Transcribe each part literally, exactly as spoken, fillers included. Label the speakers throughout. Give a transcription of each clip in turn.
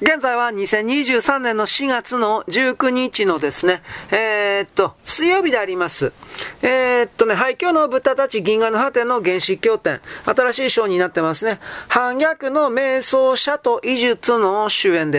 Speaker 1: 現在はにせんにじゅうさんねんのしがつのじゅうくにちのですね、えー、っと、水曜日であります。えー、っとね、はい、今日のブッダたち銀河の果ての原始経典、新しい章になってますね。反逆の瞑想者と医術の主演です。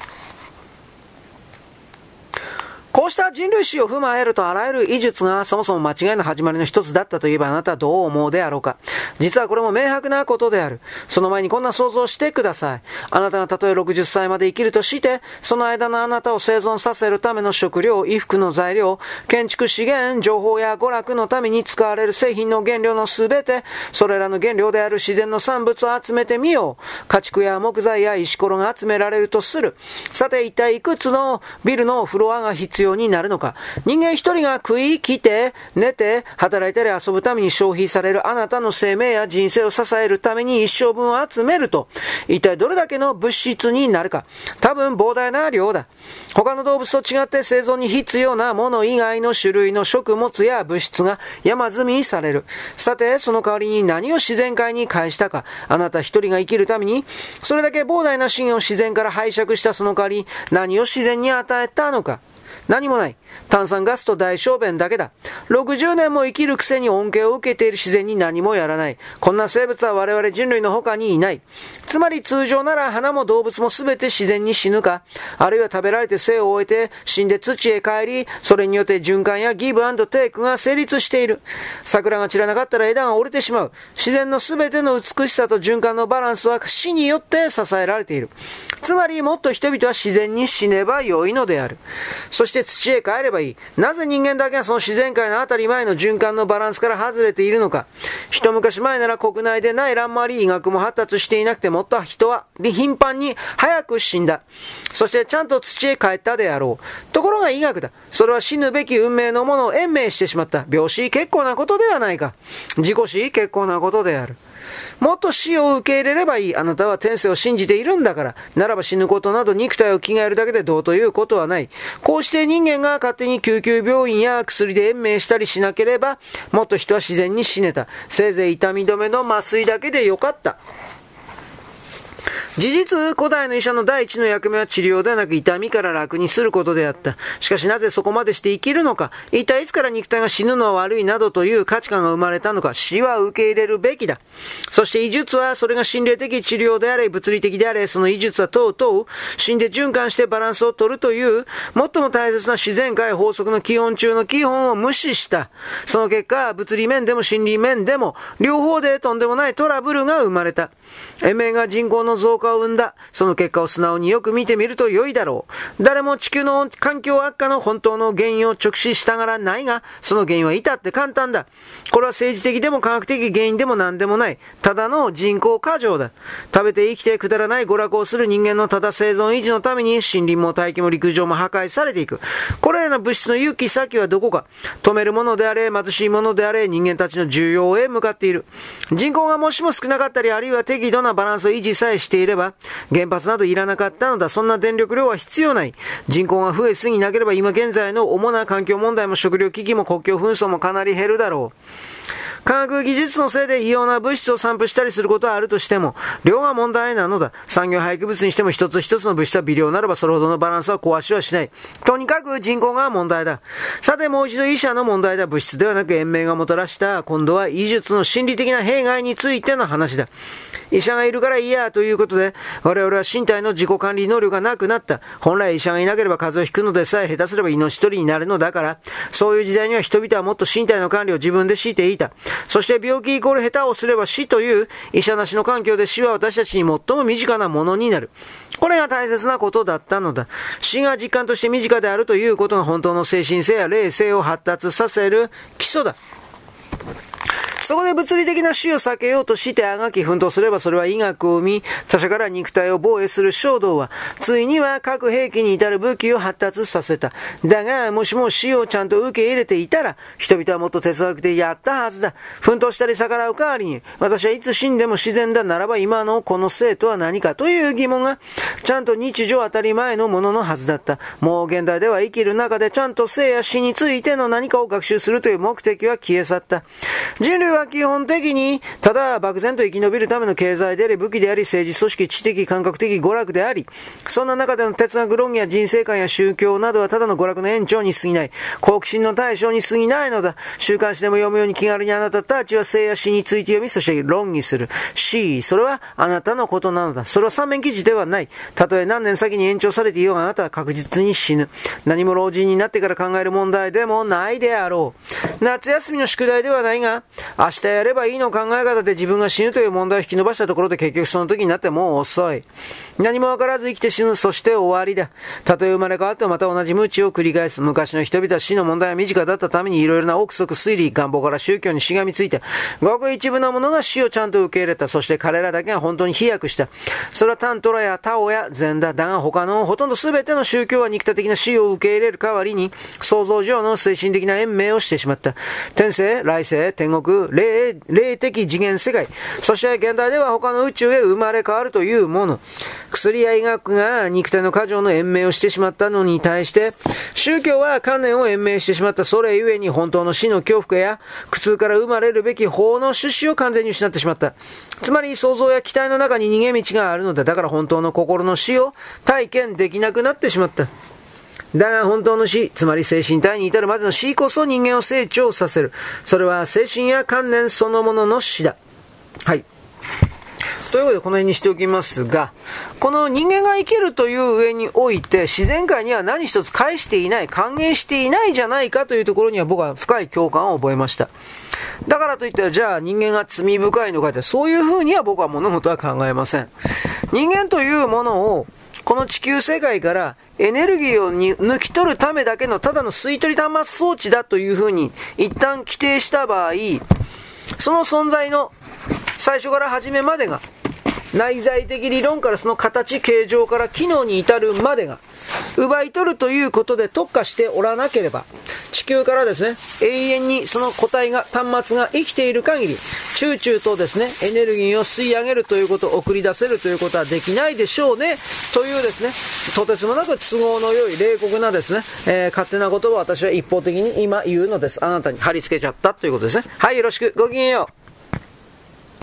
Speaker 1: こうした人類史を踏まえるとあらゆる医術がそもそも間違いの始まりの一つだったといえばあなたはどう思うであろうか。実はこれも明白なことである。その前にこんな想像をしてください。あなたがたとえろくじゅっさいまで生きるとして、その間のあなたを生存させるための食料、衣服の材料、建築資源、情報や娯楽のために使われる製品の原料のすべて、それらの原料である自然の産物を集めてみよう。家畜や木材や石ころが集められるとする。さて一体いくつのビルのフロアが必要になるのか。人間一人が食い、着て、寝て、働いたり遊ぶために消費されるあなたの生命や人生を支えるために一生分を集めると、一体どれだけの物質になるか。多分膨大な量だ。他の動物と違って生存に必要なもの以外の種類の食物や物質が山積みされる。さて、その代わりに何を自然界に返したか。あなた一人が生きるために、それだけ膨大な資源を自然から拝借したその代わり、何を自然に与えたのか。何もない。炭酸ガスと大小便だけだ。ろくじゅうねんも生きるくせに恩恵を受けている自然に何もやらない。こんな生物は我々人類の他にいない。つまり通常なら花も動物も全て自然に死ぬか、あるいは食べられて生を終えて死んで土へ帰り、それによって循環やギブアンドテイクが成立している。桜が散らなかったら枝が折れてしまう。自然の全ての美しさと循環のバランスは死によって支えられている。つまりもっと人々は自然に死ねばよいのである。そして土へ帰ればいい。なぜ人間だけがその自然界の当たり前の循環のバランスから外れているのか。一昔前なら国内で内乱もあり、医学も発達していなくてもっと人は頻繁に早く死んだ。そしてちゃんと土へ帰ったであろう。ところが医学だ。それは死ぬべき運命のものを延命してしまった。病死結構なことではないか。自己死結構なことである。もっと死を受け入れればいい。あなたは天性を信じているんだから。ならば死ぬことなど肉体を着替えるだけでどうということはない。こうして人間が勝手に救急病院や薬で延命したりしなければ、もっと人は自然に死ねた。せいぜい痛み止めの麻酔だけでよかった。事実、古代の医者の第一の役目は治療ではなく痛みから楽にすることであった。しかしなぜそこまでして生きるのか、一体いつから肉体が死ぬのは悪いなどという価値観が生まれたのか、死は受け入れるべきだ。そして医術はそれが心霊的治療であれ、物理的であれ、その医術はとうとう死んで循環してバランスを取るという最も大切な自然界法則の基本中の基本を無視した。その結果、物理面でも心理面でも両方でとんでもないトラブルが生まれた。延命が人口の増加を生んだ。その結果を素直によく見てみると良いだろう。誰も地球の環境悪化の本当の原因を直視したがらないが、その原因は至って簡単だ。これは政治的でも科学的原因でも何でもない。ただの人口過剰だ。食べて生きてくだらない娯楽をする人間のただ生存維持のために森林も大気も陸上も破壊されていく。これらの物質の行き先はどこか。止めるものであれ、貧しいものであれ、人間たちの需要へ向かっている。人口がもしも少なかったり、あるいは適度なバランスを維持さえしていれば、原発などいらなかったのだ。そんな電力量は必要ない。人口が増えすぎなければ今現在の主な環境問題も食料危機も国境紛争もかなり減るだろう。科学技術のせいで異様な物質を散布したりすることはあるとしても、量が問題なのだ。産業廃棄物にしても一つ一つの物質は微量ならばそれほどのバランスは壊しはしない。とにかく人口が問題だ。さてもう一度医者の問題だ。物質ではなく延命がもたらした今度は医術の心理的な弊害についての話だ。医者がいるからいいやということで、我々は身体の自己管理能力がなくなった。本来医者がいなければ風邪をひくのでさえ下手すれば命取りになるのだから、そういう時代には人々はもっと身体の管理を自分で強いていた。そして病気イコール下手をすれば死という医者なしの環境で死は私たちに最も身近なものになる。これが大切なことだったのだ。死が実感として身近であるということが本当の精神性や霊性を発達させる基礎だ。そこで物理的な死を避けようとしてあがき奮闘すればそれは医学を生み、他者から肉体を防衛する衝動は、ついには核兵器に至る武器を発達させた。だが、もしも死をちゃんと受け入れていたら、人々はもっと哲学的でやったはずだ。奮闘したり逆らう代わりに、私はいつ死んでも自然だならば今のこの生とは何かという疑問が、ちゃんと日常当たり前のもののはずだった。もう現代では生きる中でちゃんと生や死についての何かを学習するという目的は消え去った。人類はは基本的に、ただ漠然と生き延びるための経済であり、武器であり、政治組織、知的、感覚的娯楽であり、そんな中での哲学論や人生観や宗教などはただの娯楽の延長に過ぎない。好奇心の対象に過ぎないのだ。週刊誌でも読むように気軽にあなたたちは生や死について読み、そして論議する。死、それはあなたのことなのだ。それは三面記事ではない。たとえ何年先に延長されていようがあなたは確実に死ぬ。何も老人になってから考える問題でもないであろう。夏休みの宿題ではないが、明日やればいいの考え方で自分が死ぬという問題を引き伸ばしたところで結局その時になってもう遅い。何もわからず生きて死ぬ、そして終わりだ。たとえ生まれ変わってもまた同じ無知を繰り返す。昔の人々は死の問題は身近だったためにいろいろな憶測推理、願望から宗教にしがみついて、ごく一部の者が死をちゃんと受け入れた。そして彼らだけが本当に飛躍した。それはタントラやタオや禅だ。だが他のほとんど全ての宗教は肉体的な死を受け入れる代わりに、想像上の精神的な延命をしてしまった。天性、来世、天国、霊、霊的次元世界、そして現代では他の宇宙へ生まれ変わるというもの。薬や医学が肉体の過剰の延命をしてしまったのに対して、宗教は観念を延命してしまった。それゆえに本当の死の恐怖や苦痛から生まれるべき法の趣旨を完全に失ってしまった。つまり想像や期待の中に逃げ道があるのだ。だから本当の心の死を体験できなくなってしまった。だが本当の死、つまり精神体に至るまでの死こそ人間を成長させる。それは精神や観念そのものの死だ。はい。ということでこの辺にしておきますが、この人間が生きるという上において自然界には何一つ返していない、還元していないじゃないかというところには僕は深い共感を覚えました。だからといってじゃあ人間が罪深いのかって、そういうふうには僕は物事は考えません。人間というものをこの地球世界からエネルギーを抜き取るためだけのただの吸い取り端末装置だというふうに一旦規定した場合、その存在の最初から始めまでが内在的理論からその形形状から機能に至るまでが奪い取るということで特化しておらなければ、地球からですね、永遠にその個体が、端末が生きている限り、チューチューとですね、エネルギーを吸い上げるということ、送り出せるということはできないでしょうね、というですね、とてつもなく都合の良い冷酷なですね、えー、勝手なことを私は一方的に今言うのです。あなたに貼り付けちゃったということですね。はい、よろしく、ごきげんよう。